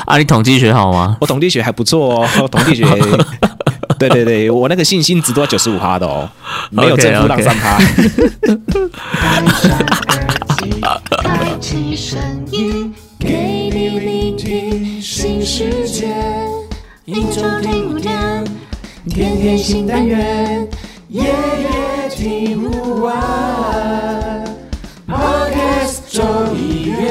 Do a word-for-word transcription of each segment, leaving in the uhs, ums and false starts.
啊，你统计学好吗？ 我统计学还不错哦，我统计学，对对对，我那个信心值都要九十五趴的哦，没有正负让三趴。 开启声音，给你聆听新世界，一周听五天，天天新单元，夜夜听不完。Podcast 周一月。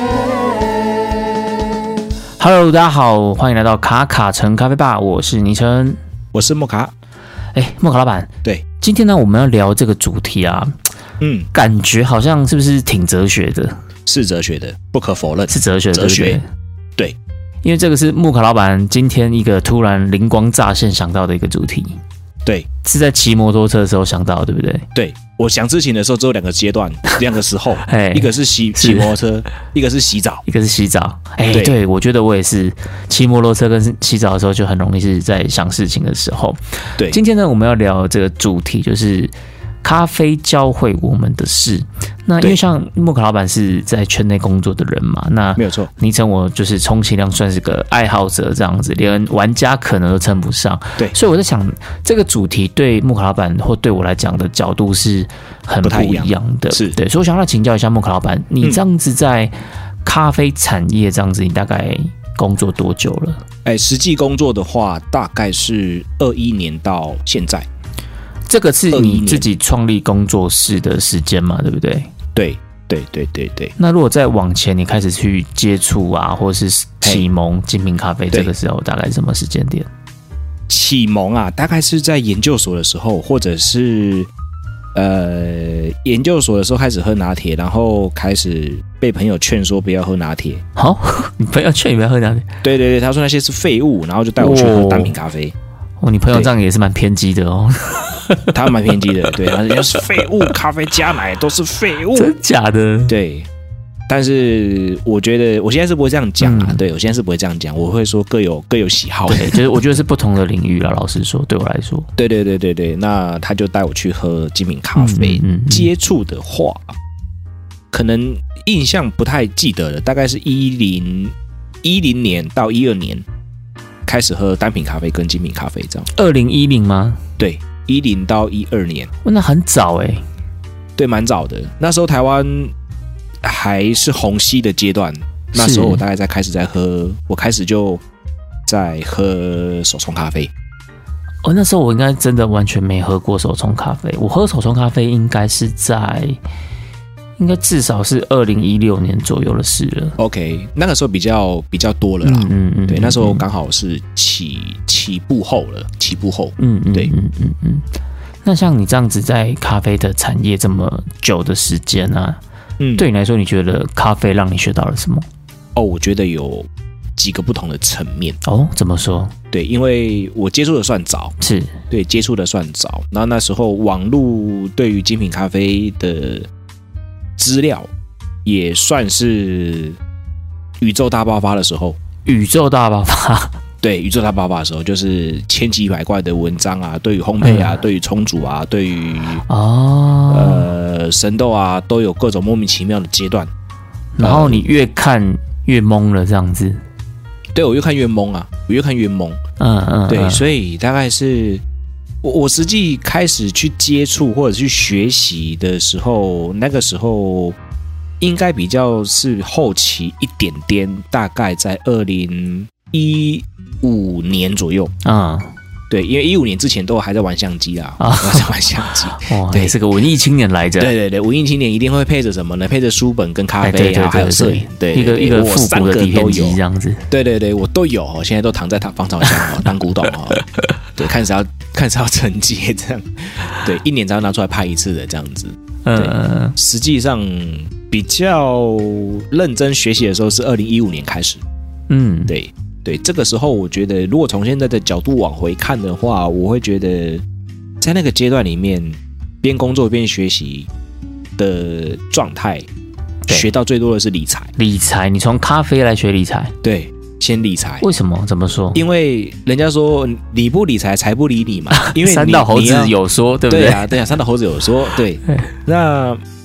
Hello， 大家好，欢迎来到卡卡城咖啡吧，我是倪晨， 我是莫卡。 哎，莫卡老板， 对， 今天呢我们要聊这个主题啊，嗯，感觉好像是不是挺哲学的？ 是哲学的，不可否认， 是哲学的， 哲学， 对不对， 对，因为这个是莫卡老板今天一个突然灵光乍现想到的一个主题。 对，是在骑摩托车的时候想到，对不对？ 对，我想事情的时候只有两个阶段，两个时候，一个是骑骑摩托车，一个是洗澡， 一个是洗澡。哎，对，对，我觉得我也是骑摩托车跟洗澡的时候就很容易是在想事情的时候。 对， 今天呢，我们要聊这个主题就是咖啡教会我们的事。那因为像莫卡老板是在圈内工作的人嘛，那没有错。 倪晨我就是充其量算是个爱好者这样子，连玩家可能都称不上。对，所以我在想，这个主题对莫卡老板或对我来讲的角度是很不一样的。 是对，所以我想要请教一下莫卡老板，你这样子在咖啡产业这样子，你大概工作多久了？ 哎，实际工作的话，大概是二一年到现在。 这个是你自己创立工作室的时间嘛，对不对？ 对对对对对。 那如果再往前，你开始去接触啊，或是启蒙精品咖啡，这个时候大概是什么时间点？ 启蒙啊，大概是在研究所的时候，或者是呃研究所的时候开始喝拿铁，然后开始被朋友劝说不要喝拿铁。 好、哦，你朋友劝你不要喝拿铁？ 对对对，他说那些是废物，然后就带我去喝单品咖啡。 哦，你朋友这样也是蛮偏激的哦。 他蛮偏激的，对，他说是废物，咖啡加奶都是废物， 真假的？ 对，但是我觉得我现在是不会这样讲啊，嗯、对我现在是不会这样讲，我会说各有各有喜好， 对，就是我觉得是不同的领域啦。老实说，对我来说， 对对对对对，那他就带我去喝精品咖啡，嗯嗯嗯、接触的话，可能印象不太记得了，大概是一零一零年到一二年开始喝单品咖啡跟精品咖啡这样。 二零一零吗？ 对。一零到一二年， 那很早哎、欸， 对，蛮早的。那时候台湾还是虹吸的阶段，那时候我大概在开始在喝，我开始就在喝手冲咖啡。 哦，那时候我应该真的完全没喝过手冲咖啡。我喝手冲咖啡应该是在，应该至少是二零一六年左右的事了。 OK， 那个时候比较比较多了啦。嗯嗯嗯，对，那时候刚好是起起步后了，起步后。嗯嗯，对，嗯嗯嗯。那像你这样子在咖啡的产业这么久的时间啊，嗯，对你来说，你觉得咖啡让你学到了什么？ 哦，我觉得有几个不同的层面。 哦，怎么说？ 对，因为我接触的算早， 是对接触的算早，然后那时候网络对于精品咖啡的资料也算是宇宙大爆发的时候， 宇宙大爆发， 对，宇宙大爆发的时候，就是千奇百怪的文章啊，对于烘焙啊，嗯、对于冲煮啊，对于哦呃生豆啊，都有各种莫名其妙的阶段。 然后你越看越懵了，这样子。 对，我越看越懵啊，我越看越懵。嗯嗯，对，所以大概是。我我实际开始去接触或者去学习的时候，那个时候应该比较是后期一点点，大概在二零一五年左右。嗯，对，因为一五年之前都还在玩相机啊，啊在玩相机。 哇，对，是个文艺青年来着。 对对对，文艺青年一定会配着什么呢？配着书本跟咖啡啊，对对对对还有摄影，对， 一个一个复古的底片机这样子。 对对对，我都有，现在都躺在防潮箱当古董哦。对，看是要看是要承接这样，对，一年才要拿出来拍一次的这样子。嗯，实际上比较认真学习的时候是二零一五年开始。嗯，对对，这个时候我觉得，如果从现在的角度往回看的话，我会觉得在那个阶段里面，边工作边学习的状态，学到最多的是理财。 理财，你从咖啡来学理财， 对。先理财， 为什么？怎么说？ 因为人家说理不理财，财不理你嘛。因为三道猴子有说，对不对？ 对啊，对啊，三道猴子有说，对。那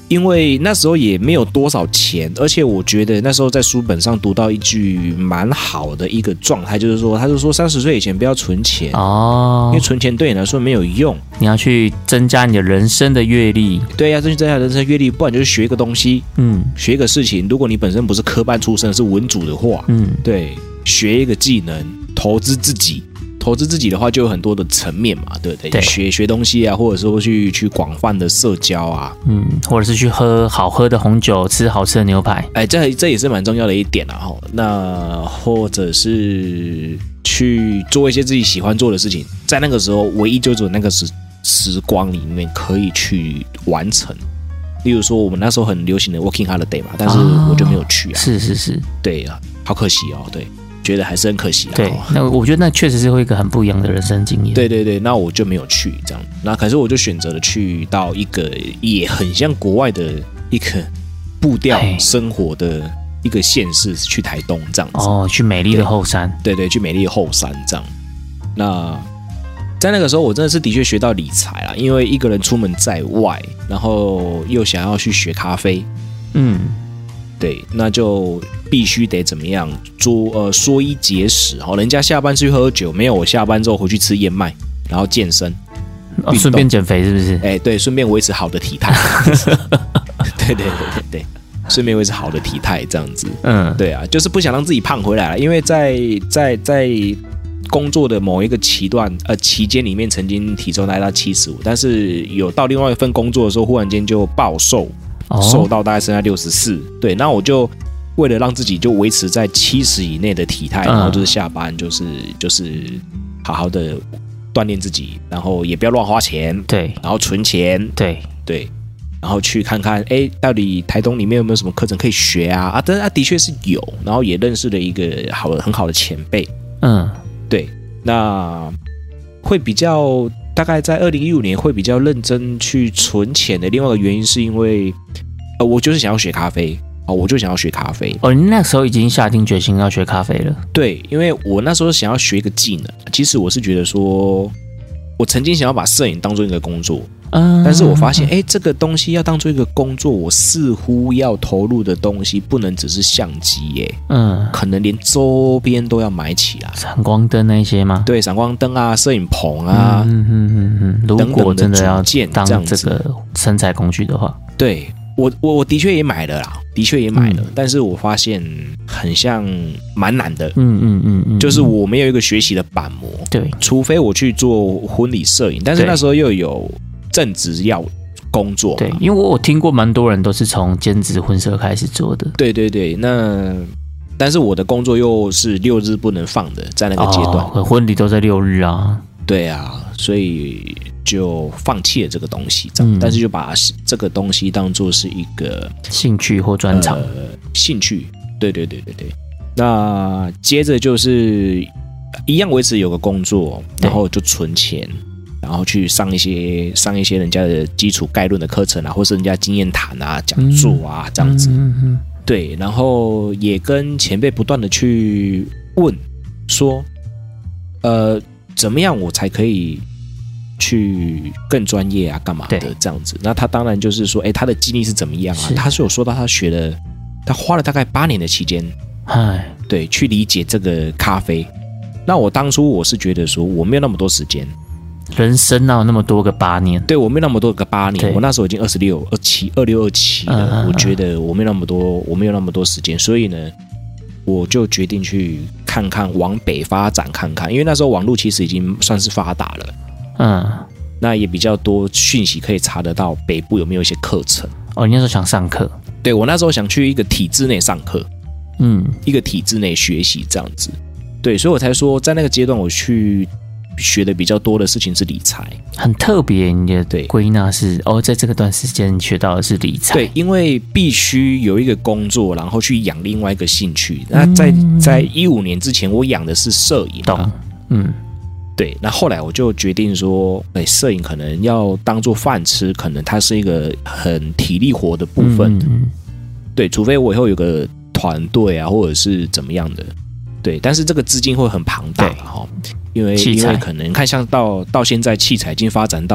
因为那时候也没有多少钱，而且我觉得那时候在书本上读到一句蛮好的一个状态，就是说，他就说三十岁以前不要存钱哦，因为存钱对你来说没有用， 你要去增加你的人生的阅历。 对，要增加人生阅历，不然就是学一个东西，嗯，学一个事情。如果你本身不是科班出身，是文组的话，嗯，对，学一个技能，投资自己。投资自己的话，就有很多的层面嘛，对不对？对，学学东西啊，或者说去去广泛的社交啊， 嗯，或者是去喝好喝的红酒，吃好吃的牛排， 哎，这这也是蛮重要的一点啊。那或者是去做一些自己喜欢做的事情，在那个时候，唯一就只有那个时时光里面可以去完成。例如说，我们那时候很流行的 working holiday 嘛，但是我就没有去啊。 哦、是是是， 对啊，好可惜哦，对。觉得还是很可惜啦。 对，那我觉得那确实是会一个很不一样的人生经验。 对对对，那我就没有去这样，那可是我就选择了去到一个也很像国外的一个步调生活的一个县市，去台东这样子。 哦，去美丽的后山。 对 对, 对，去美丽的后山这样。那在那个时候，我真的是的确学到理财啦，因为一个人出门在外，然后又想要去学咖啡，嗯。对，那就必须得怎么样做呃缩衣节食哦。人家下班去喝酒，没有我下班之后回去吃燕麦，然后健身， 哦、顺便减肥是不是？ 哎，对，顺便维持好的体态。对对对对对，顺便维持好的体态这样子。嗯，对啊，就是不想让自己胖回来了，因为在在在工作的某一个期段呃期间里面，曾经体重来到七十五，但是有到另外一份工作的时候，忽然间就暴瘦。瘦到大概剩下六十四，对，那我就为了让自己就维持在七十以内的体态，然后就是下班就是就是好好的锻炼自己，然后也不要乱花钱， 对， 然后存钱， 对对，然后去看看，哎，到底台东里面有没有什么课程可以学啊？啊，但啊的确是有，然后也认识了一个好的很好的前辈，嗯，对，那会比较。大概在二零一五年会比较认真去存钱的另外一个原因，是因为，呃，我就是想要学咖啡哦，我就想要学咖啡。 哦，你那时候已经下定决心要学咖啡了？ 对，因为我那时候想要学一个技能，其实我是觉得说，我曾经想要把摄影当做一个工作，嗯，但是我发现，哎，这个东西要当做一个工作，我似乎要投入的东西不能只是相机，耶，嗯，可能连周边都要买起来， 闪光灯那些吗？ 对，闪光灯啊，摄影棚啊，嗯嗯嗯嗯， 如果真的要当这个生财工具的话， 对我我我的确也买了啦，的确也买了，嗯、但是我发现很像蛮难的，嗯嗯嗯嗯，就是我没有一个学习的板模， 对， 除非我去做婚礼摄影，但是那时候又有正职要工作， 对，因为我有听过蛮多人都是从兼职婚摄开始做的， 对对对，那但是我的工作又是六日不能放的，在那个阶段， 哦、婚礼都在六日啊， 对啊，所以就放弃了这个东西，嗯、但是就把这个东西当作是一个兴趣或专长，呃、 兴趣，对对对对对。那接着就是一样维持有个工作，然后就存钱，然后去上一些上一些人家的基础概论的课程啊，或是人家经验谈啊、讲座啊、嗯、这样子。嗯嗯对，然后也跟前辈不断的去问说，呃，怎么样我才可以去更专业啊，干嘛的这样子？那他当然就是说，哎，他的经历是怎么样啊？他是有说到他学了，他花了大概八年的期间，哎，对，去理解这个咖啡。那我当初我是觉得说，我没有那么多时间。 人生哪有那么多个八年？ 对，我没有那么多个八年，我那时候已经二十六、二七、二六、二七了。嗯、我觉得我没有那么多，我没有那么多时间，所以呢，我就决定去看看往北发展看看，因为那时候网络其实已经算是发达了，嗯，那也比较多讯息可以查得到北部有没有一些课程。 哦，你那时候想上课？ 对，我那时候想去一个体制内上课，嗯，一个体制内学习这样子。对，所以我才说，在那个阶段我去。学的比较多的事情是理财， 很特别。你的归纳是哦，在这个段时间学到的是理财。 对，因为必须有一个工作，然后去养另外一个兴趣。那在在一五年之前，我养的是摄影、啊，懂？嗯，对。那后来我就决定说，哎，摄影可能要当做饭吃，可能它是一个很体力活的部分。嗯嗯对，除非我以后有个团队啊，或者是怎么样的。对，但是这个资金会很庞大哈。因为因为可能看像到到现在器材已经发展到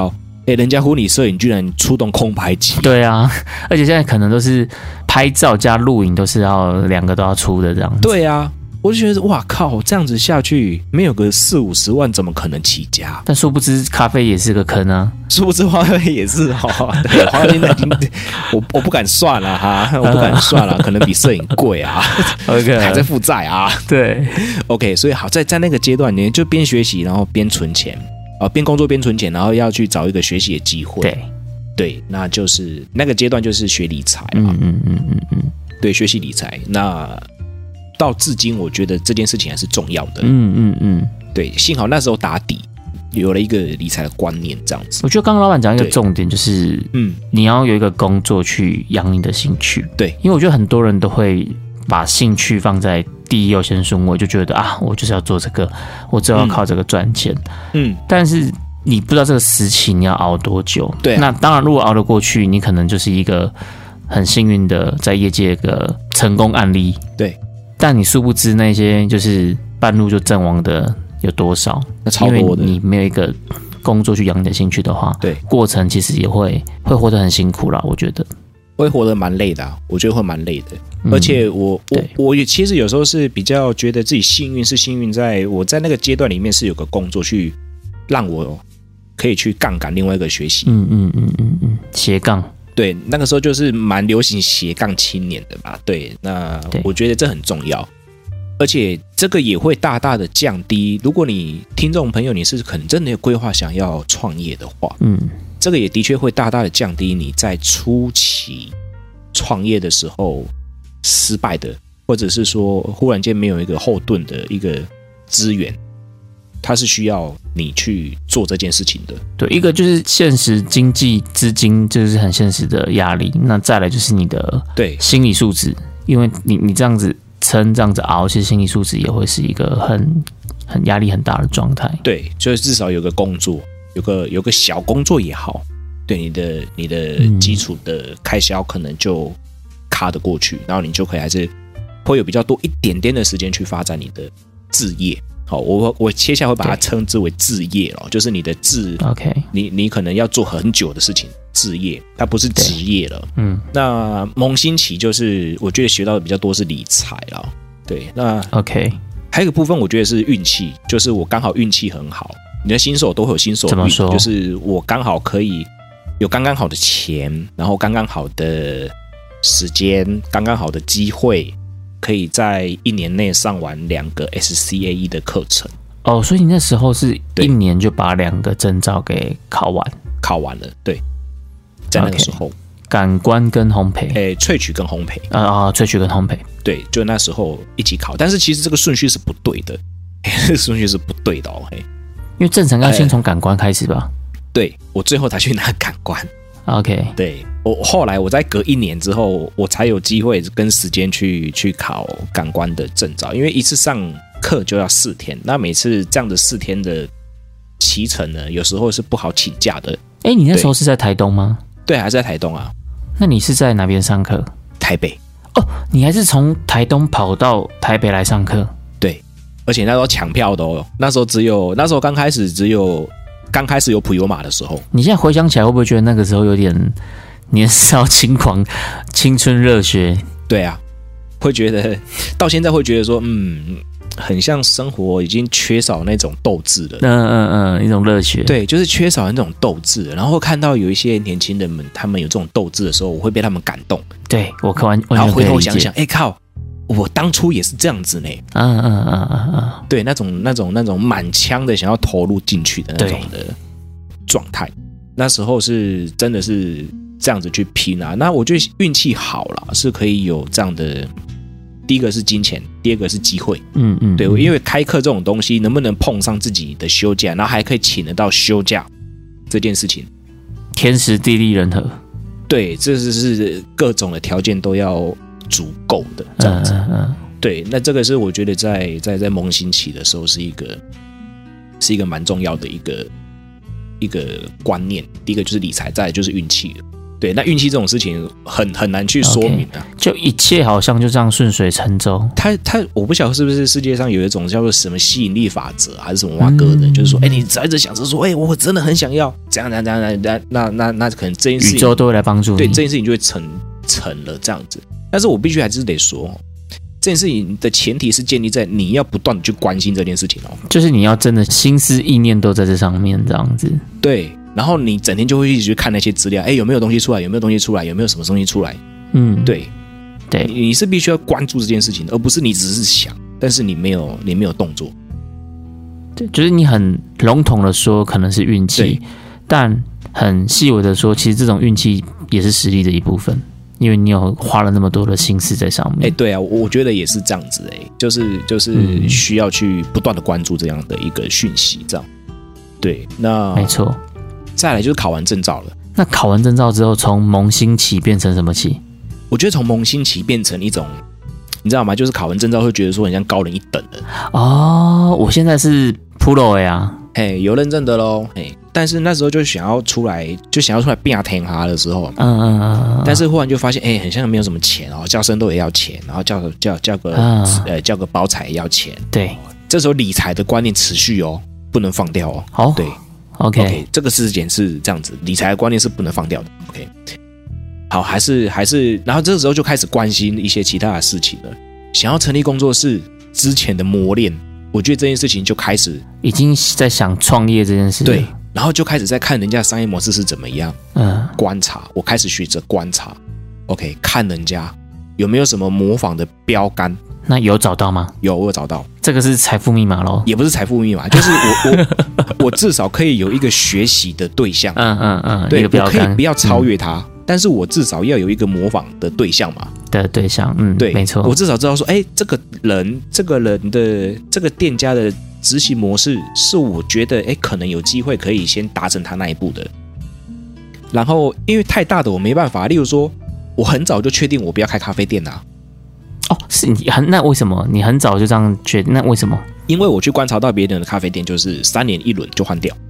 哎，人家婚礼摄影居然出动空拍机， 对啊，而且现在可能都是拍照加录影，都是要两个都要出的这样子。 对啊，我就觉得哇靠，这样子下去没有个四五十万，怎么可能起家？ 但殊不知咖啡也是个坑啊， 殊不知花费也是哈、哦，对，花费已经我我不敢算了哈，我不敢算了，可能比摄影贵啊，OK， 还在负债啊， 对 ，OK， 所以好在在那个阶段，你就边学习，然后边存钱。啊，边工作边存钱，然后要去找一个学习的机会。 对， 对，那就是那个阶段就是学理财嘛。 嗯嗯嗯嗯嗯， 对，学习理财。那到至今，我觉得这件事情还是重要的。 嗯嗯嗯， 对，幸好那时候打底，有了一个理财的观念，这样子。 我觉得刚刚老板讲一个重点，就是嗯，你要有一个工作去养你的兴趣。 对， 因为我觉得很多人都会把兴趣放在第一优先顺位，就觉得啊，我就是要做这个，我只要靠这个赚钱。嗯，但是你不知道这个时期你要熬多久。 对、啊， 那当然，如果熬得过去，你可能就是一个很幸运的在业界的成功案例。 对， 但你殊不知那些就是半路就阵亡的有多少？ 那超多的。 因为你没有一个工作去养你的兴趣的话， 对， 过程其实也会会活得很辛苦啦。我觉得会活得蛮累的、啊，我觉得会蛮累的。而且我我我也其实有时候是比较觉得自己幸运，是幸运在我在那个阶段里面是有个工作去让我可以去杠杆另外一个学习。 嗯嗯嗯嗯嗯，斜杠。 对，那个时候就是蛮流行斜杠青年的嘛。对，那我觉得这很重要，而且这个也会大大的降低。如果你听众朋友你是可能真的有规划想要创业的话，嗯，这个也的确会大大的降低你在初期创业的时候失败的，或者是说忽然间没有一个后盾的一个资源，它是需要你去做这件事情的。 对，一个就是现实经济资金就是很现实的压力，那再来就是你的对心理素质，因为你你这样子撑这样子熬，其实心理素质也会是一个很很压力很大的状态。 对，就是至少有个工作，有个有个小工作也好，对你的你的基础的开销可能就卡得过去，然后你就可以还是会有比较多一点点的时间去发展你的志业。好，我我接下来会把它称之为志业了，就是你的志 ，OK， 你你可能要做很久的事情，志业，它不是职业了。嗯，那萌新期就是我觉得学到的比较多是理财了。对，那 OK， 还有一个部分我觉得是运气，就是我刚好运气很好。你的新手都会有新手运， 怎么说？ 就是我刚好可以有刚刚好的钱，然后刚刚好的时间，刚刚好的机会。可以在一年内上完两个 S C A E 的课程哦，所以你那时候是一年就把两个证照给考完， 考完了，对，在那个时候， okay， 感官跟烘焙， 诶，萃取跟烘焙， 啊啊，萃取跟烘焙， 对，就那时候一起考，但是其实这个顺序是不对的，顺序是不对的哦，嘿， 因为正常要先从感官开始吧， 对我最后才去拿感官。 OK， 对我后来我在隔一年之后，我才有机会跟时间去去考感官的证照，因为一次上课就要四天，那每次这样的四天的期程呢，有时候是不好请假的。 哎，你那时候是在台东吗？ 对，还是在台东啊。 那你是在哪边上课？ 台北。 哦，你还是从台东跑到台北来上课？ 对，而且那时候抢票的哦，那时候只有那时候刚开始只有。刚开始有普悠玛的时候， 你现在回想起来，会不会觉得那个时候有点年少轻狂、青春热血？ 对啊，会觉得到现在会觉得说，嗯，很像生活已经缺少那种斗志了。 嗯嗯嗯，一种热血。 对，就是缺少那种斗志。然后看到有一些年轻人们，他们有这种斗志的时候，我会被他们感动。 对我看完， 然后回头想想，哎靠！我当初也是这样子呢， 嗯嗯嗯嗯嗯， 对，那种那种那种满腔的想要投入进去的那种的状态，那时候是真的是这样子去拼啊。那我觉得运气好啦，是可以有这样的，第一个是金钱，第二个是机会，嗯嗯，对，因为开课这种东西能不能碰上自己的休假，然后还可以请得到休假这件事情， 天时地利人和， 对，这是是各种的条件都要。足够的这样子，嗯嗯嗯对，那这个是我觉得在在在萌新期的时候是一个是一个蛮重要的一个一个观念。第一个就是理财，再来就是运气了。 对，那运气这种事情很很难去说明啊。 Okay, 就一切好像就这样顺水成舟。 他他，我不晓得是不是世界上有一种叫做什么吸引力法则，还是什么挖哥的，嗯、就是说，哎，你只要一直想着说，哎，我真的很想要，怎样怎样怎样，那那那那可能这件事情宇宙都会来帮助你， 对，这件事情就会成成了这样子。但是我必须还是得说，这件事情的前提是建立在你要不断的去关心这件事情哦， 就是你要真的心思意念都在这上面，这样子。 对。然后你整天就会一直去看那些资料，哎，有没有东西出来？有没有东西出来？有没有什么东西出来？ 嗯， 对， 对， 你, 你是必须要关注这件事情的，而不是你只是想，但是你没有，你没有动作。 对，就是你很笼统的说可能是运气，但很细微的说，其实这种运气也是实力的一部分，因为你有花了那么多的心思在上面。 哎，对啊，我觉得也是这样子，哎，就是就是需要去不断的关注这样的一个讯息，这样。对，那没错。 再来就是考完证照了。 那考完证照之后，从萌新期变成什么期？ 我觉得从萌新期变成一种，你知道吗？就是考完证照会觉得说很像高人一等的。 哦，我现在是 Pro 呀， 哎，有认证的喽，哎，但是那时候就想要出来，就想要出来变下天哈的时候，嗯嗯嗯，但是忽然就发现，哎，很像没有什么钱哦，叫生豆也要钱，然后叫个叫叫个、嗯、呃叫个包材也要钱， 对， 这时候理财的观念持续哦，不能放掉哦， 好， 对。 Okay. OK， 这个事件是这样子，理财的观念是不能放掉的。OK， 好，还是还是，然后这个时候就开始关心一些其他的事情了。想要成立工作室之前的磨练，我觉得这件事情就开始已经在想创业这件事。 对，然后就开始在看人家的商业模式是怎么样，嗯，观察，我开始学着观察。OK， 看人家有没有什么模仿的标杆。 那有找到吗？ 有，我有找到。 这个是财富密码咯， 也不是财富密码，就是我我我至少可以有一个学习的对象。嗯嗯嗯，对，我可以不要超越他，嗯、但是我至少要有一个模仿的对象嘛。 的对象，嗯， 对， 没错。 我至少知道说，哎，这个人，这个人的这个店家的执行模式，是我觉得，哎，可能有机会可以先达成他那一步的。然后，因为太大的我没办法，例如说，我很早就确定我不要开咖啡店啊。 哦，是你很那为什么你很早就这样觉得？那为什么？ 因为我去观察到别人的咖啡店，就是三年一轮就换掉。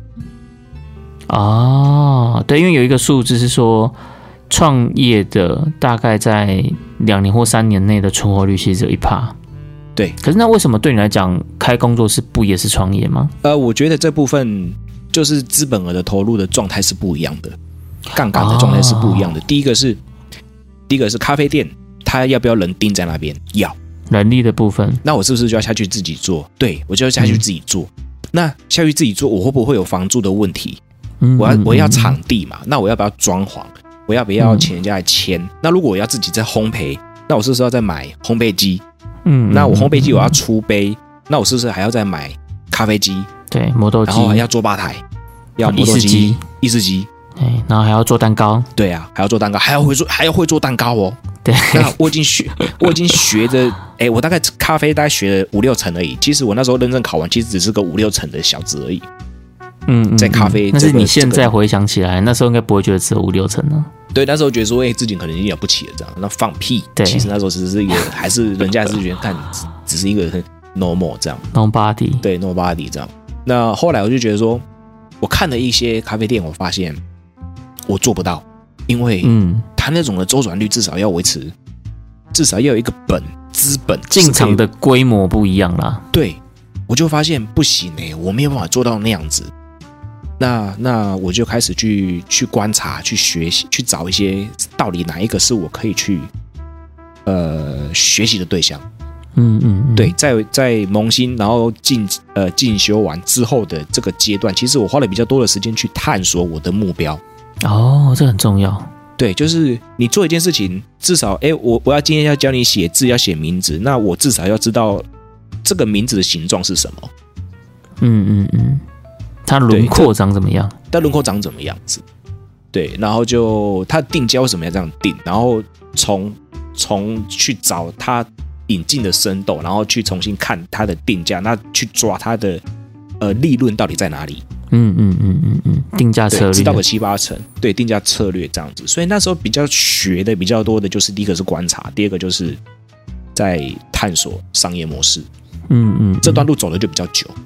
哦，对，因为有一个数字是说，创业的大概在两年或三年内的存活率其实只有一趴。 对， 可是那为什么对你来讲，开工作室不也是创业吗？ 呃，我觉得这部分就是资本额的投入的状态是不一样的，杠杆的状态是不一样的。哦、第一个是，第一个是咖啡店。他要不要人盯在那边？要人力的部分， 那我是不是就要下去自己做？对，我就要下去自己做。嗯、那下去自己做，我会不会有房租的问题？嗯、我要我要场地嘛？那我要不要装潢？我要不要请人家来签？嗯、那如果我要自己在烘焙，那我是不是要再买烘焙机？嗯，那我烘焙机我要出杯，那我是不是还要再买咖啡机？ 对，磨豆机， 然后还要做吧台，要磨豆机、意式机。 哎，然后还要做蛋糕， 对啊，还要做蛋糕，还要会做，还要会做蛋糕哦。 对， 那我已经学，我已经学着，哎，我大概咖啡大概学了五六成而已。其实我那时候认真考完，其实只是个五六成的小子而已。 嗯， 在咖啡， 但是你现在回想起来，那时候应该不会觉得只有五六成呢。 对，那时候觉得说，哎，自己可能已经了不起了，这样，那放屁。 对， 其实那时候只是一个，还是人家还是觉得看，只是一个 normal 这样 ，nobody， 对 ，nobody 这样。那后来我就觉得说，我看了一些咖啡店，我发现我做不到，因为嗯，他那种的周转率至少要维持，至少要有一个本资本进场的规模不一样啦。 对，我就发现不行哎、欸，我没有办法做到那样子。那那我就开始去去观察、去学习、去找一些到底哪一个是我可以去呃学习的对象。嗯嗯, 嗯，对，在在萌新，然后进呃进修完之后的这个阶段，其实我花了比较多的时间去探索我的目标。 哦，这很重要。 对，就是你做一件事情，至少哎，我我要今天要教你写字，要写名字，那我至少要知道这个名字的形状是什么。 嗯嗯嗯。它轮廓长怎么样？ 它轮廓长怎么样子？对，然后就它的定价为什么要这样定？然后从从去找它引进的生豆，然后去重新看它的定价，那去抓它的呃利润到底在哪里？嗯嗯嗯嗯嗯，定价策略知道个七八成，对，定价策略这样子。所以那时候比较学的比较多的就是第一个是观察，第二个就是在探索商业模式。嗯 嗯, 嗯，这段路走的就比较久。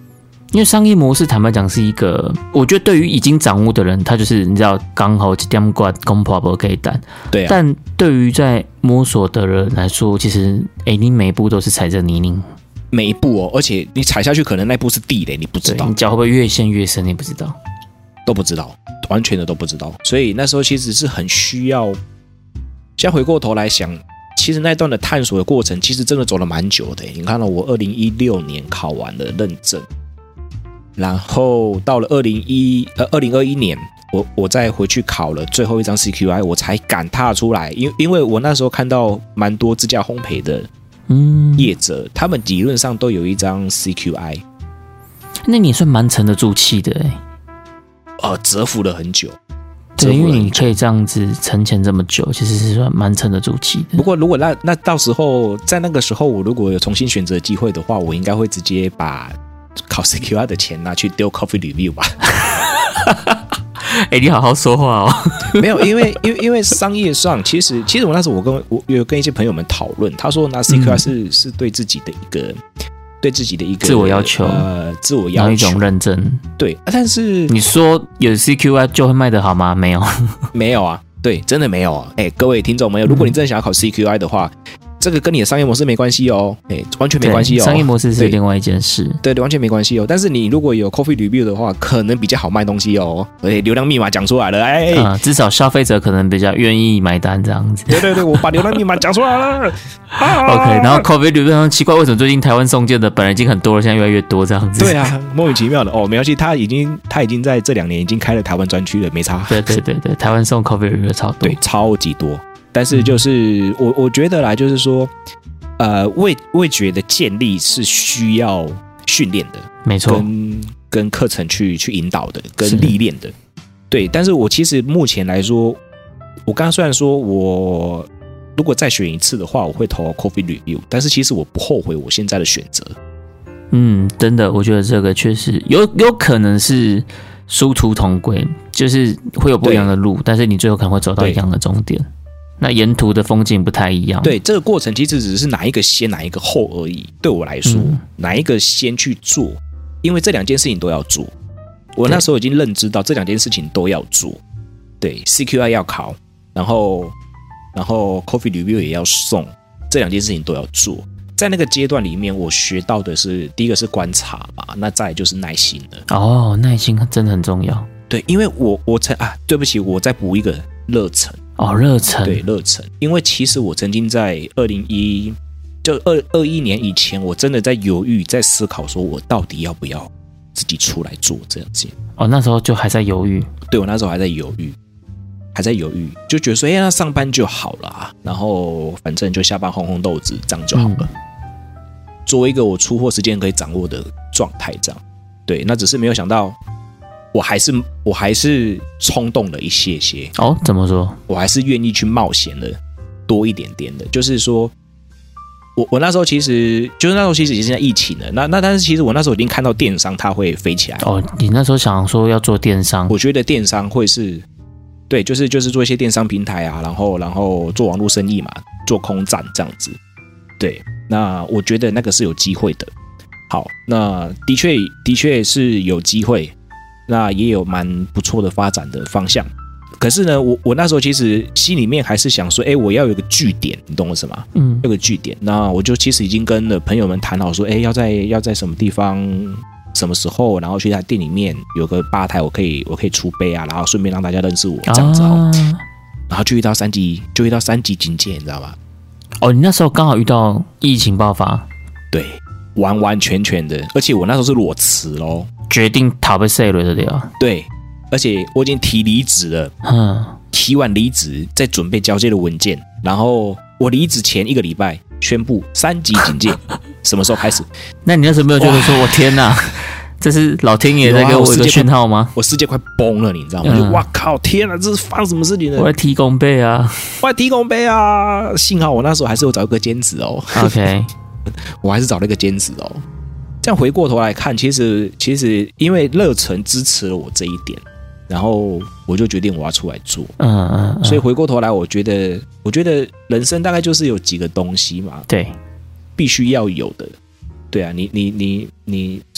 因为商业模式坦白讲是一个，我觉得对于已经掌握的人，他就是你知道刚好一点挂公婆不可以单， 对啊。 但对于在摸索的人来说，其实哎、欸，你每一步都是踩着泥泞， 每一步哦，而且你踩下去，可能那步是地雷，你不知道， 你脚会不会越陷越深，你不知道， 都不知道，完全的都不知道。所以那时候其实是很需要，现在回过头来想。其实那段的探索的过程，其实真的走了蛮久的。你看到我二零一六年考完了认证，然后到了二零一呃二零二一年，我我再回去考了最后一张 C Q I， 我才敢踏出来。因因为我那时候看到蛮多自家烘焙的业者，嗯、他们理论上都有一张 C Q I。 那你算蛮沉得住气的哎。 呃，蛰伏了很久。 对，因为你可以这样子沉潜这么久，其实是算蛮沉得住气的。 不过，如果那那到时候在那个时候，我如果有重新选择机会的话，我应该会直接把考 C Q I 的钱拿去丢 Coffee Review 吧。 哎、欸，你好好说话哦。 没有，因为因为因为商业上，其实其实我那时候我跟我有跟一些朋友们讨论，他说拿 C Q I 是、嗯、是对自己的一个。对自己的一个自我要求， 呃，自我要求， 一种认真。 对，啊、但是你说有 C Q I 就会卖得好吗？没有， 没有啊，对，真的没有啊。哎，各位听众朋友，如果你真的想要考 C Q I 的话，嗯、这个跟你的商业模式没关系哦，哎，完全没关系哦。 商业模式是另外一件事， 对对，完全没关系哦。但是你如果有 Coffee Review 的话，可能比较好卖东西哦。而且流量密码讲出来了，哎， 嗯，至少消费者可能比较愿意买单这样子。 对对对，我把流量密码讲出来了。啊、 OK， 然后 Coffee Review 奇怪，为什么最近台湾送件的本来已经很多了，现在越来越多这样子？ 对啊，莫名其妙的哦，没关系，他已经他已经在这两年已经开了台湾专区了，没差。 对对对对，台湾送 Coffee Review 超多， 对，超级多。但是就是我我觉得啦，就是说，呃，味味觉的建立是需要训练的， 没错， 跟跟课程去去引导的，跟历练的。对，但是我其实目前来说，我刚刚虽然说我如果再选一次的话，我会投 Coffee Review， 但是其实我不后悔我现在的选择。 嗯，真的，我觉得这个确实有有可能是殊途同归，就是会有不一样的路，但是你最后可能会走到一样的终点。那沿途的风景不太一样。 对，这个过程其实只是哪一个先哪一个后而已。对我来说，嗯、哪一个先去做，因为这两件事情都要做。我那时候已经认知到这两件事情都要做。对 ，C Q I 要考，然后然后 Coffee Review 也要送，这两件事情都要做。在那个阶段里面，我学到的是第一个是观察嘛，那再来就是耐心的。 哦，耐心真的很重要。 对，因为我我才啊，对不起，我再补一个热忱。 哦，热忱， 对，热忱。因为其实我曾经在二零一就二二一年以前，我真的在犹豫，在思考，说我到底要不要自己出来做这样子。 哦，那时候就还在犹豫。 对，我那时候还在犹豫，还在犹豫，就觉得说，哎，那上班就好了、啊，然后反正就下班烘烘豆子，这样就好了。嗯、作为一个我出货时间可以掌握的状态，这样。对，那只是没有想到。我还是我还是冲动了一些些哦，怎么说？ 我还是愿意去冒险了多一点点的，就是说，我我那时候其实就是那时候其实已经在疫情了，那那但是其实我那时候已经看到电商它会飞起来哦。你那时候想说要做电商， 我觉得电商会是，对，就是就是做一些电商平台啊，然后然后做网络生意嘛，做空站这样子，对，那我觉得那个是有机会的。好，那的确的确是有机会。那也有蛮不错的发展的方向，可是呢，我我那时候其实心里面还是想说，哎，我要有个据点，你懂我什么？嗯，有个据点。那我就其实已经跟了朋友们谈好说，哎，要在要在什么地方、什么时候，然后去他店里面有个吧台，我可以我可以出杯啊，然后顺便让大家认识我这样子哦。啊、然后就遇到三级，就遇到三级警戒，你知道吗？ 哦，你那时候刚好遇到疫情爆发， 对，完完全全的，而且我那时候是裸辞咯。 决定逃被塞了的了， 对，而且我已经提离职了，嗯，提完离职，再准备交接的文件，然后我离职前一个礼拜宣布三级警戒，什么时候开始？ 那你那时候没有觉得说，我天哪，这是老天爷在给我一个讯号吗？ 我世界快崩了，你知道吗？嗯、就哇靠，天哪，这是发生什么事情呢？ 我在提供杯啊， 我在提供杯啊，幸好我那时候还是有找一个兼职哦 ，OK， 我还是找了一个兼职哦。这样回过头来看，其实其实因为热忱支持了我这一点，然后我就决定我要出来做。嗯嗯嗯。所以回过头来，我觉得我觉得人生大概就是有几个东西嘛， 对， 必须要有的。对啊，你你你你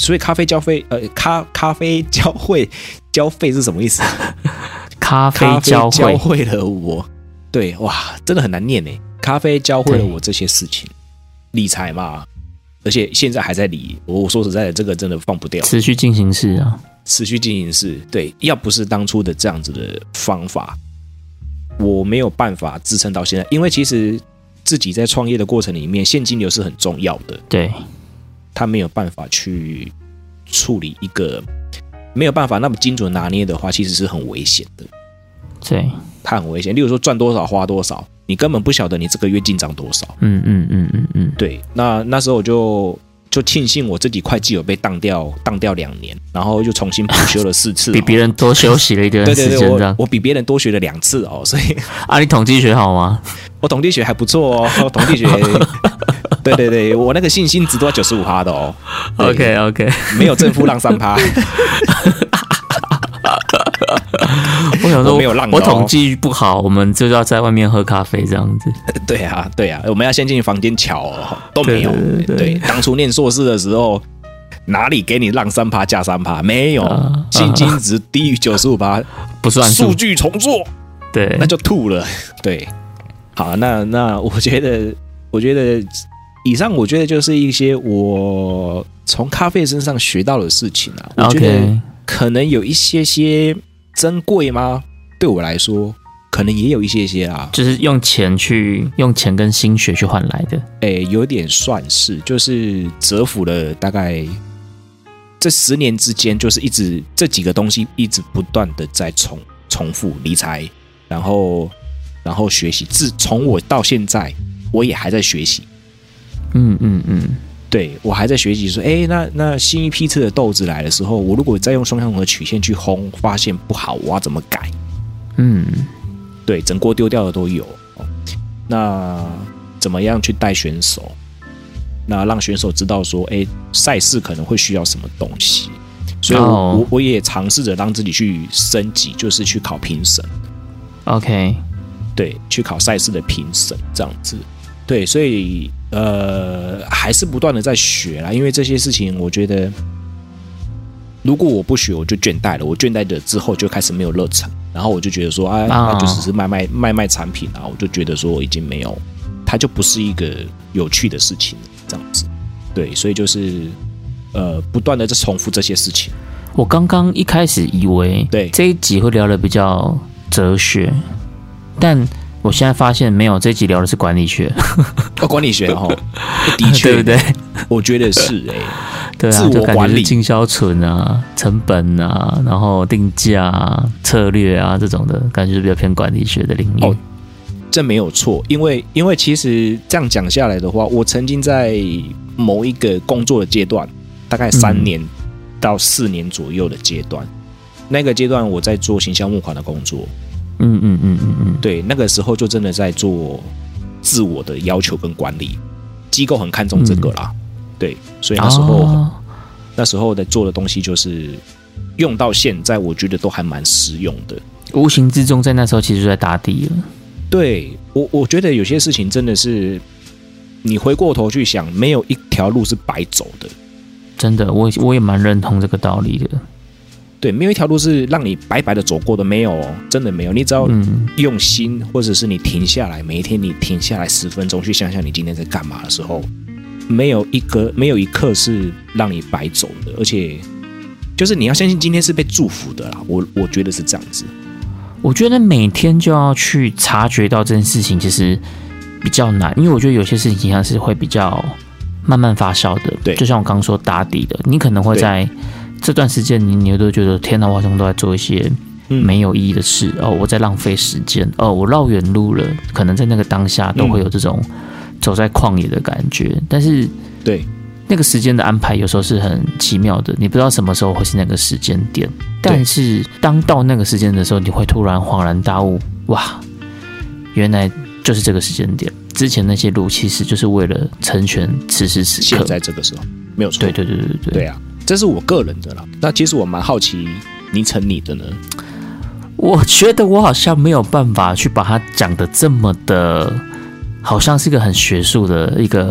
所以咖啡交费，呃，咖咖啡交会交费是什么意思？ 咖啡教会教会了我，对，哇，真的很难念诶。咖啡教会了我这些事情，理财嘛，而且现在还在理。我说实在的，这个真的放不掉， 持续进行式啊， 持续进行式。对，要不是当初的这样子的方法，我没有办法支撑到现在。因为其实自己在创业的过程里面，现金流是很重要的。 对， 他没有办法去处理一个没有办法那么精准拿捏的话，其实是很危险的。 对， 它很危险。例如说赚多少花多少，你根本不晓得你这个月进账多少。 嗯嗯嗯嗯嗯， 对。那那时候我就就庆幸我自己会计有被当掉当掉两年，然后又重新补修了四次， 比别人多休息了一段时间。 对对对，我我比别人多学了两次哦，所以啊，你统计学好吗？ 我统计学还不错哦，统计学。对对对，我那个信心值都要九十五趴的哦。 OK OK， 没有正负让三趴。 我想说， 我没有浪、哦， 我统计不好，我们就要在外面喝咖啡这样子。 对啊，对啊，我们要先进房间瞧哦，都没有。 对, 对, 对, 对，当初念硕士的时候，哪里给你让三趴加三趴？没有， 啊、 信金值低于九十五趴不算数， 数据重做， 对， 那就吐了。对，好，那那我觉得，我觉得以上，我觉得就是一些我从咖啡身上学到的事情啊。我觉得可能有一些些。珍贵吗？对我来说，可能也有一些些啊， 就是用钱去用钱跟心血去换来的。 诶，有点算是，就是蛰伏了大概这十年之间，就是一直这几个东西一直不断的在重重复理财，然后然后学习。自从我到现在，我也还在学习。 嗯嗯嗯。 对，我还在学习说，哎，那那新一批次的豆子来的时候，我如果再用双向红的曲线去烘，发现不好，我要怎么改？ 嗯， 对，整锅丢掉的都有。那怎么样去带选手？那让选手知道说，哎，赛事可能会需要什么东西？所以我，我、oh. 我也尝试着让自己去升级，就是去考评审。 OK， 对，去考赛事的评审这样子。对，所以呃，还是不断的在学啦，因为这些事情，我觉得如果我不学，我就倦怠了。我倦怠了之后，就开始没有热忱，然后我就觉得说，啊，那就只是卖卖卖卖产品啊，我就觉得说已经没有，它就不是一个有趣的事情，这样子。对，所以就是呃，不断的在重复这些事情。 我刚刚一开始以为， 对这一集会聊的比较哲学，但我现在发现没有，这一集聊的是管理学。 哦，管理学哦，的确， 对不对？ 我觉得是哎、欸， 对啊， 自我管理、 经销存啊、成本啊，然后定价啊、策略啊这种的感觉是比较偏管理学的领域。 哦，这没有错，因为因为其实这样讲下来的话，我曾经在某一个工作的阶段，大概三年到四年左右的阶段，嗯、那个阶段我在做行销募款的工作。 嗯嗯嗯嗯嗯， 对，那个时候就真的在做自我的要求跟管理，机构很看重这个啦。嗯、对，所以那时候、哦、那时候在做的东西就是用到现在，我觉得都还蛮实用的。 无形之中，在那时候其实就在打底了。 对我，我觉得有些事情真的是你回过头去想，没有一条路是白走的。 真的，我我也蛮认同这个道理的。 对，没有一条路是让你白白的走过的，没有哦，真的没有。你只要用心，或者是你停下来，每一天你停下来十分钟去想想你今天在干嘛的时候，没有一个没有一刻是让你白走的，而且就是你要相信今天是被祝福的啦。我我觉得是这样子。 我觉得每天就要去察觉到这件事情，其实比较难，因为我觉得有些事情它是会比较慢慢发酵的。 对， 就像我刚刚说打底的，你可能会在这段时间你你都觉得天哪，我好像都在做一些没有意义的事、嗯、哦，我在浪费时间哦，我绕远路了，可能在那个当下都会有这种走在旷野的感觉、嗯、但是对那个时间的安排有时候是很奇妙的，你不知道什么时候会是那个时间点，但是当到那个时间的时候，你会突然恍然大悟，哇，原来就是这个时间点，之前那些路其实就是为了成全此时此刻， 现在这个时候没有错。 对对对对对对啊，这是我个人的啦。那其实我蛮好奇倪晨你的呢？ 我觉得我好像没有办法去把它讲得这么的，好像是一个很学术的一个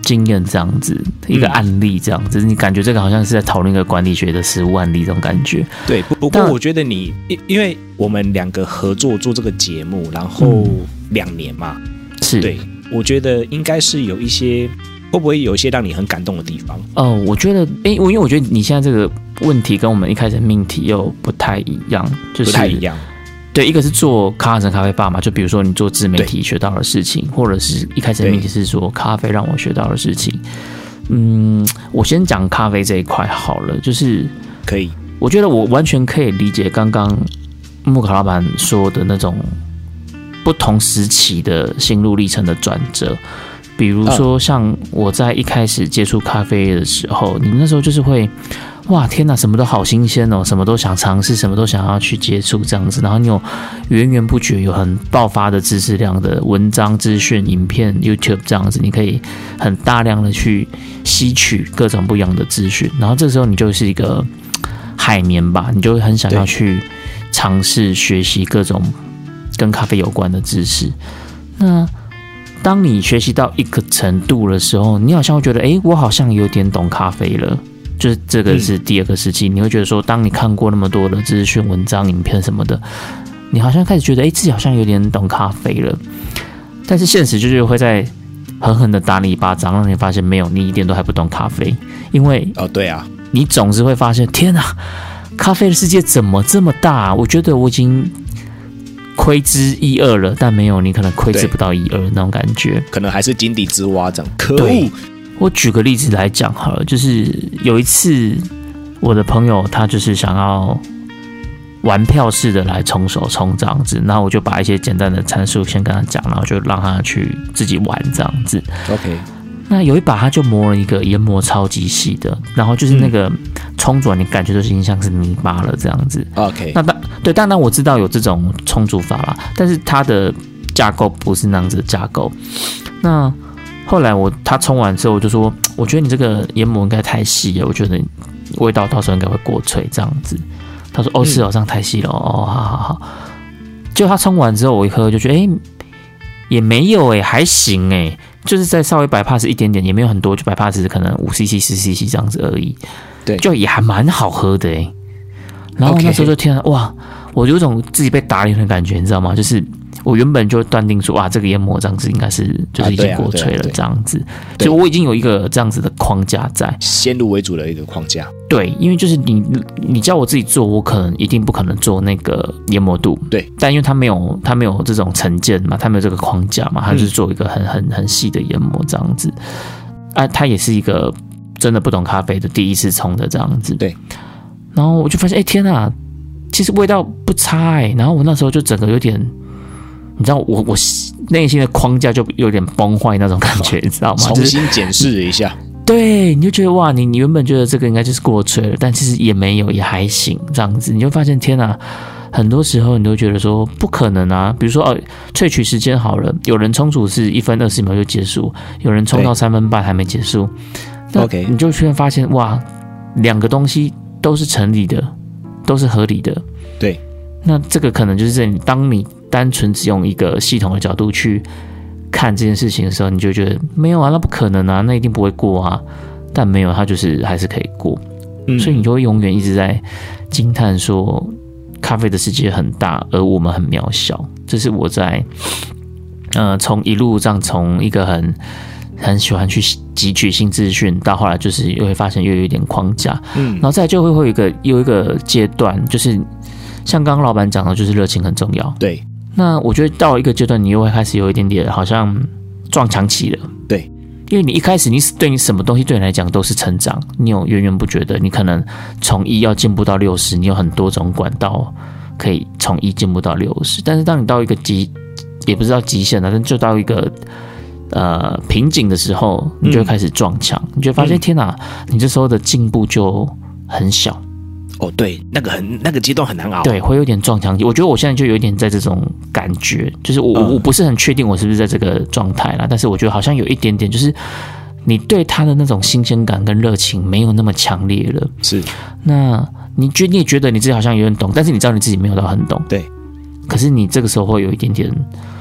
经验这样子，一个案例这样子，嗯、你感觉这个好像是在讨论一个管理学的实务案例这种感觉。 对，不不过我觉得你，因为我们两个合作做这个节目，然后两年嘛，嗯、 是对，我觉得应该是有一些，会不会有一些让你很感动的地方？ 哦，我觉得，哎，因为我觉得你现在这个问题跟我们一开始的命题又不太一样，就是不太一样。 对，一个是做咖城咖啡吧嘛，就比如说你做自媒体学到的事情，或者是一开始的命题是说咖啡让我学到的事情。嗯，我先讲咖啡这一块好了，就是可以， 我觉得我完全可以理解刚刚木卡老板说的那种不同时期的心路历程的转折。比如说，像我在一开始接触咖啡的时候，你那时候就是会，哇，天哪，什么都好新鲜哦，什么都想尝试，什么都想要去接触这样子。然后你有源源不绝、有很爆发的知识量的文章、资讯、影片、YouTube 这样子，你可以很大量的去吸取各种不一样的资讯。然后这时候你就是一个海绵吧，你就会很想要去尝试学习各种跟咖啡有关的知识。那当你学习到一个程度的时候，你好像会觉得，哎，我好像有点懂咖啡了。就是这个是第二个时期，嗯、你会觉得说，当你看过那么多的资讯、文章、影片什么的，你好像开始觉得，哎，自己好像有点懂咖啡了。但是现实就是会在狠狠的打你一巴掌，让你发现没有，你一点都还不懂咖啡。因为哦，对啊， 你总是会发现，天哪，咖啡的世界怎么这么大啊？我觉得我已经窥知一二了，但没有你可能窥知不到一二那种感觉， 可能还是井底之蛙这样。可恶！ 我举个例子来讲好了，就是有一次我的朋友他就是想要玩票式的来冲手冲这样子，然后我就把一些简单的参数先跟他讲，然后就让他去自己玩这样子。 OK。 那有一把他就磨了一个研磨超级细的，然后就是那个冲煮你感觉都已经像是泥巴了这样子。 OK。 那当对，当然我知道有这种冲煮法啦，但是它的架构不是那样子的架构。那后来我他冲完之后，我就说，我觉得你这个研磨应该太细了，我觉得味道到时候应该会过脆这样子。他说：“哦，是哦，这样太细了哦，好好好。”就他冲完之后，我一喝就觉得，哎、欸，也没有哎、欸，还行哎、欸，就是再稍微百帕斯一点点，也没有很多，就百帕斯可能五 C C、十 C C 这样子而已。 对， 就也还蛮好喝的哎、欸。然后那时候就天啊，哇，我有一种自己被打脸的感觉，你知道吗？就是我原本就断定说，哇，这个研磨这样子应该是就是已经过脆了这样子，所以我已经有一个这样子的框架在， 先入为主的一个框架。 对，因为就是你你叫我自己做，我可能一定不可能做那个研磨度， 对， 但因为它没有它没有这种成见嘛，它没有这个框架嘛，它就是做一个很很很细的研磨这样子，啊，它也是一个真的不懂咖啡的第一次冲的这样子， 对。 然后我就发现，哎、欸，天啊，其实味道不差哎、欸。然后我那时候就整个有点，你知道我，我我内心的框架就有点崩坏那种感觉，你知道吗？ 重新检视了一下。 对，你就觉得哇，你你原本觉得这个应该就是过脆了，但其实也没有，也还行这样子。你就发现，天啊，很多时候你都觉得说不可能啊。比如说哦，萃取时间好了，有人冲煮是一分二十秒就结束，有人冲到三分半还没结束。 OK， 你就突然发现哇，两个东西都是成立的，都是合理的。 对， 那这个可能就是在你当你单纯只用一个系统的角度去看这件事情的时候，你就觉得没有啊，那不可能啊，那一定不会过啊。但没有，它就是还是可以过。嗯，所以你就会永远一直在惊叹说，咖啡的世界很大，而我们很渺小。这是我在呃从一路这样从一个很很喜欢去汲取新资讯，到后来就是又会发现又有一点框架，嗯，然后再来就会会有一个有一个阶段，就是像刚刚老板讲的，就是热情很重要。 对， 那我觉得到一个阶段，你又会开始有一点点好像撞墙期了。 对， 因为你一开始你对你什么东西对你来讲都是成长，你有源源不绝的，你可能从一要进步到六十，你有很多种管道可以从一进步到六十，但是当你到一个极也不知道极限了，但就到一个呃瓶颈的时候，你就会开始撞墙，嗯、你就会发现、嗯、天哪，你这时候的进步就很小。 哦，对，那个很那个阶段很难熬， 对，会有点撞墙期。我觉得我现在就有点在这种感觉，就是我、嗯、我不是很确定我是不是在这个状态啦，但是我觉得好像有一点点，就是你对他的那种新鲜感跟热情没有那么强烈了。 是， 那你觉你也觉得你自己好像有点懂，但是你知道你自己没有到很懂， 对。 可是你这个时候会有一点点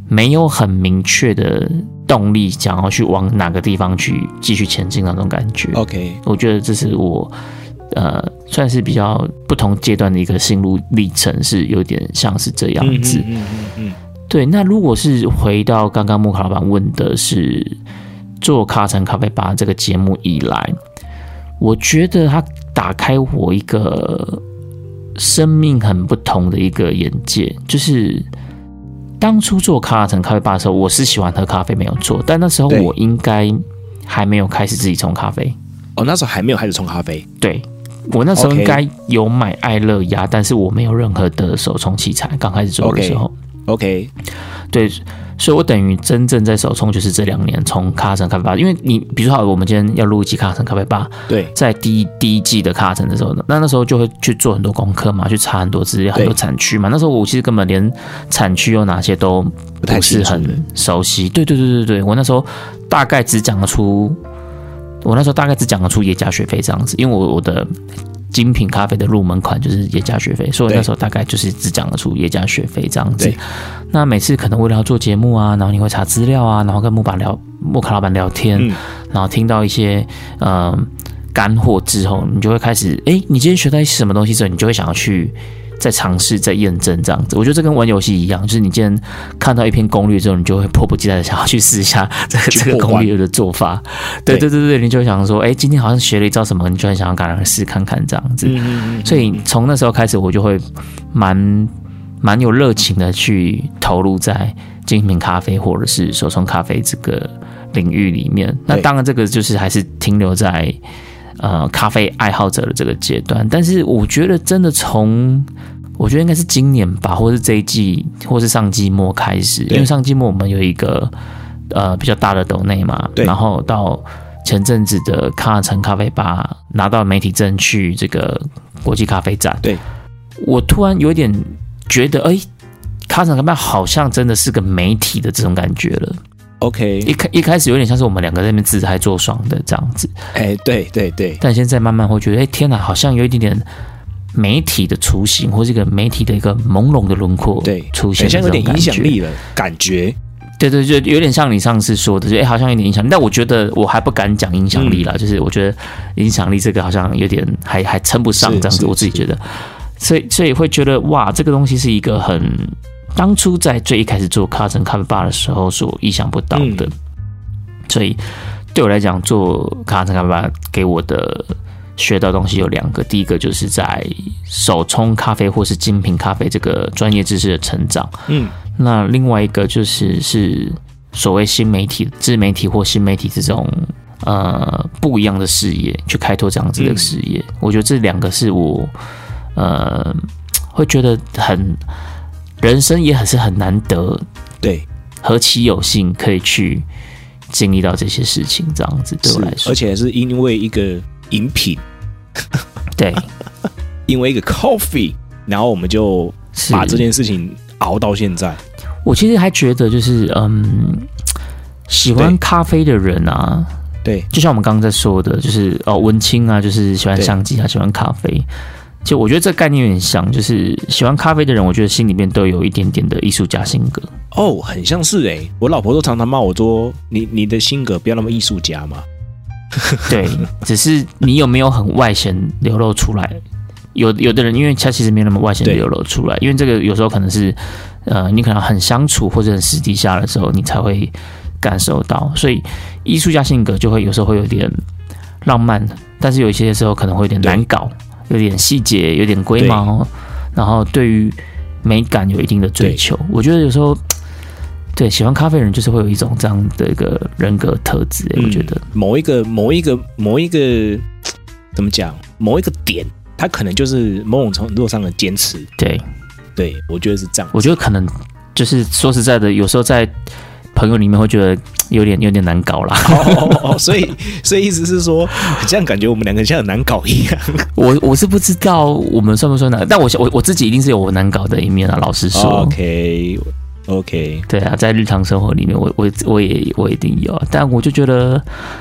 没有很明确的动力，想要去往哪个地方去继续前进那种感觉。 OK， 我觉得这是我呃算是比较不同阶段的一个心路历程，是有点像是这样子。 嗯嗯嗯嗯对，那如果是回到刚刚木卡老板问的是做卡城咖啡吧这个节目以来，我觉得它打开我一个生命很不同的一个眼界，就是当初做卡城咖啡吧的时候，我是喜欢喝咖啡没有错，但那时候我应该还没有开始自己冲咖啡。 哦，那时候还没有开始冲咖啡。 对，我那时候应该有买爱乐压，但是我没有任何的手冲器材，刚开始做的时候。 OK， 对，所以我等于真正在手冲就是这两年从卡城咖啡吧，因为你比如说好，我们今天要录一集卡城咖啡吧， 对， 在第一第一季的卡城的时候，那那时候就会去做很多功课嘛，去查很多资料，很多产区嘛。那时候我其实根本连产区有哪些都不是很熟悉。对对对对对，我那时候大概只讲得出，我那时候大概只讲得出耶加雪菲这样子，因为我我的精品咖啡的入门款就是耶加雪菲，所以我那时候大概就是只讲得出耶加雪菲这样子。那每次可能为了要做节目啊，然后你会查资料啊，然后跟木板聊木卡老板聊天，嗯、然后听到一些呃干货之后，你就会开始，哎，你今天学到一些什么东西之后，你就会想要去再尝试、再验证这样子。我觉得这跟玩游戏一样，就是你今天看到一篇攻略之后，你就会迫不及待的想要去试一下这个这个攻略的做法。对对对对，你就会想说，哎，今天好像学了一招什么，你就很想要赶快试看看这样子。嗯、所以从那时候开始，我就会蛮蛮有热情的去投入在精品咖啡或者是手冲咖啡这个领域里面。那当然，这个就是还是停留在呃咖啡爱好者的这个阶段。但是我觉得真的从我觉得应该是今年吧，或是这一季，或是上季末开始，因为上季末我们有一个呃比较大的斗内嘛，然后到前阵子的卡城咖啡吧拿到媒体证去这个国际咖啡展， 对， 我突然有点觉得，哎、欸，卡城咖啡吧好像真的是个媒体的这种感觉了。 OK， 一开一开始有点像是我们两个在那边自嗨做爽的这样子， 哎、欸，对对对， 但现在慢慢会觉得，哎、欸，天哪，好像有一点点媒体的雏形，或是一个媒体的一个朦胧的轮廓出现， 好像有点影响力了，感觉。 对对，就有点像你上次说的，就哎、欸，好像有点影响力，但我觉得我还不敢讲影响力啦、嗯，就是我觉得影响力这个好像有点还还称不上这样子，我自己觉得，所以所以会觉得哇，这个东西是一个很当初在最一开始做卡城咖啡吧的时候所意想不到的，嗯、所以对我来讲，做卡城咖啡吧给我的学到的东西有两个，第一个就是在手冲咖啡或是精品咖啡这个专业知识的成长，嗯。那另外一个就是是所谓新媒体、自媒体或新媒体这种呃不一样的事业，去开拓这样子的事业。嗯、我觉得这两个是我呃会觉得很人生也很是很难得， 对， 何其有幸可以去经历到这些事情，这样子对我来说， 而且是因为一个饮品， 对， 因为一个 coffee， 然后我们就把这件事情熬到现在。 我其实还觉得，就是嗯，喜欢咖啡的人啊， 对， 就像我们刚刚在说的，就是哦，文青啊，就是喜欢相机啊，喜欢咖啡。就我觉得这个概念有点像，就是喜欢咖啡的人，我觉得心里面都有一点点的艺术家性格。 哦，很像是哎、欸，我老婆都常常骂我说：“你你的性格不要那么艺术家嘛。” 对，只是你有没有很外显流露出来？有有的人，因为他其实没有那么外显流露出来，因为这个有时候可能是，呃，你可能很相处或者很私底下的时候，你才会感受到。所以艺术家性格就会有时候会有点浪漫，但是有一些时候可能会有点难搞，有点细节，有点龟毛，然后对于美感有一定的追求。我觉得有时候，对喜欢咖啡的人就是会有一种这样的一个人格特质、欸嗯。我觉得某一个某一个某一个怎么讲，某一个点。他可能就是某种程度上的坚持， 对， 对我觉得是这样。 我觉得可能就是说实在的，有时候在朋友里面会觉得有点有点难搞啦。 哦哦哦，所以所以意思是说，这样感觉我们两个像很难搞一样。 我我是不知道我们算不算难，但我我我自己一定是有我难搞的一面啊。老实说 ，OK OK， 对啊，在日常生活里面我，我我我也我一定有，但我就觉得。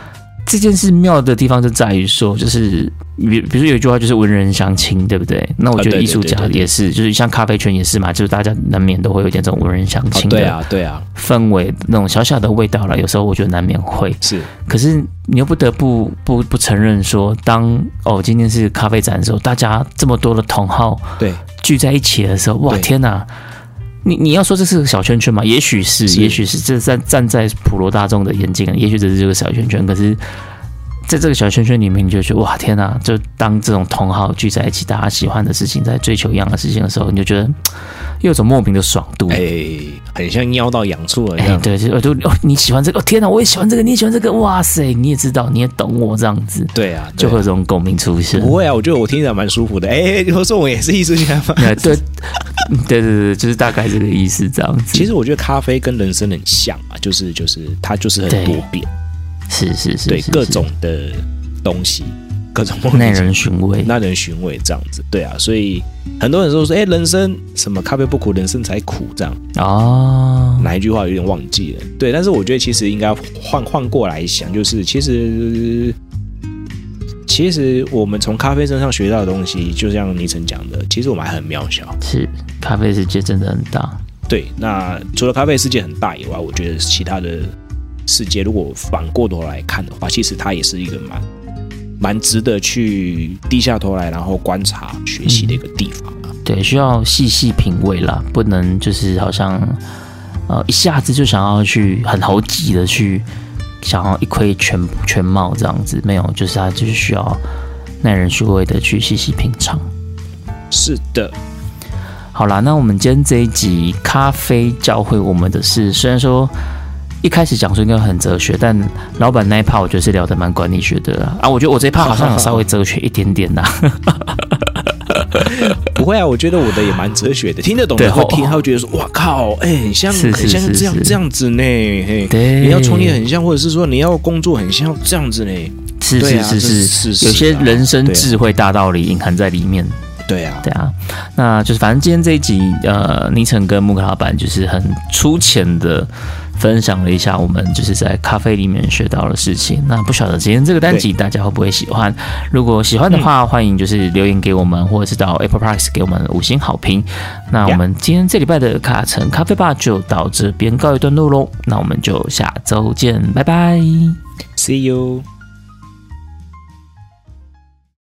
这件事妙的地方就在于说，就是比比如说有一句话就是文人相亲，对不对？那我觉得艺术家也是，就是像咖啡圈也是嘛，就是大家难免都会有点这种文人相亲的氛围，那种小小的味道啦。有时候我觉得难免会是， 可是你又不得不不不承认说，当哦今天是咖啡展的时候，大家这么多的同好对聚在一起的时候，哇天哪！你你要说这是个小圈圈嘛？也许是，是也许是这站站在普罗大众的眼睛，也许这是这个小圈圈。可是，在这个小圈圈里面，你就觉得哇天哪！就当这种同好聚在一起，大家喜欢的事情，在追求一样的事情的时候，你就觉得又有种莫名的爽度。 哎、欸，很像瞄到痒处了。哎、欸， 对，就哦，你喜欢这个，哦天哪，我也喜欢这个，你也喜欢这个，哇塞，你也知道，你也懂我这样子。 对啊， 就会有这种共鸣出现。 不会啊，我觉得我听起来蛮舒服的。哎、欸，你说我也是艺术家吗？ 对对。对对对，就是大概这个意思，这样子。 其实我觉得咖啡跟人生很像啊，就是就是它就是很多变， 是是是， 对各种的东西，各种耐人寻味， 耐人寻味这样子。对啊，所以很多人都说，哎，人生什么咖啡不苦，人生才苦这样。哦，哪一句话有点忘记了？对，但是我觉得其实应该换换过来想，就是其实。其实我们从咖啡身上学到的东西，就像倪晨讲的，其实我们还很渺小。 是，咖啡世界真的很大。 对，那除了咖啡世界很大以外，我觉得其他的世界，如果反过头来看的话，其实它也是一个蛮蛮值得去低下头来，然后观察学习的一个地方啊。 嗯、对，需要细细品味啦，不能就是好像呃一下子就想要去很猴急的去。想要一窥全全貌这样子，没有，就是他就是需要耐人寻味的去细细品尝。 是的， 好啦，那我们今天这一集咖啡教会我们的事，虽然说一开始讲说应该很哲学，但老板那一趴我觉得是聊得蛮管理学的啦啊，我觉得我这一趴好像有稍微哲学一点点啦。 不会啊，我觉得我的也蛮哲学的，听得懂的会听，他会觉得说，哇靠，哎、欸，很像，很像这样这样子呢，嘿，你要创业很像，或者是说你要工作很像这样子呢， 是是是是是，有些人生智慧大道理隐含在里面。 对啊， 对啊，那就是反正今天这一集，呃，倪晨跟木克老板就是很粗浅的分享了一下我们就是在咖啡里面学到的事情。那不晓得今天这个单集大家会不会喜欢？如果喜欢的话，嗯、欢迎就是留言给我们，或者是到 Apple Podcast 给我们五星好评。那我们今天这礼拜的卡城咖啡吧就到这边告一段落喽。那我们就下周见，拜拜 ，See you。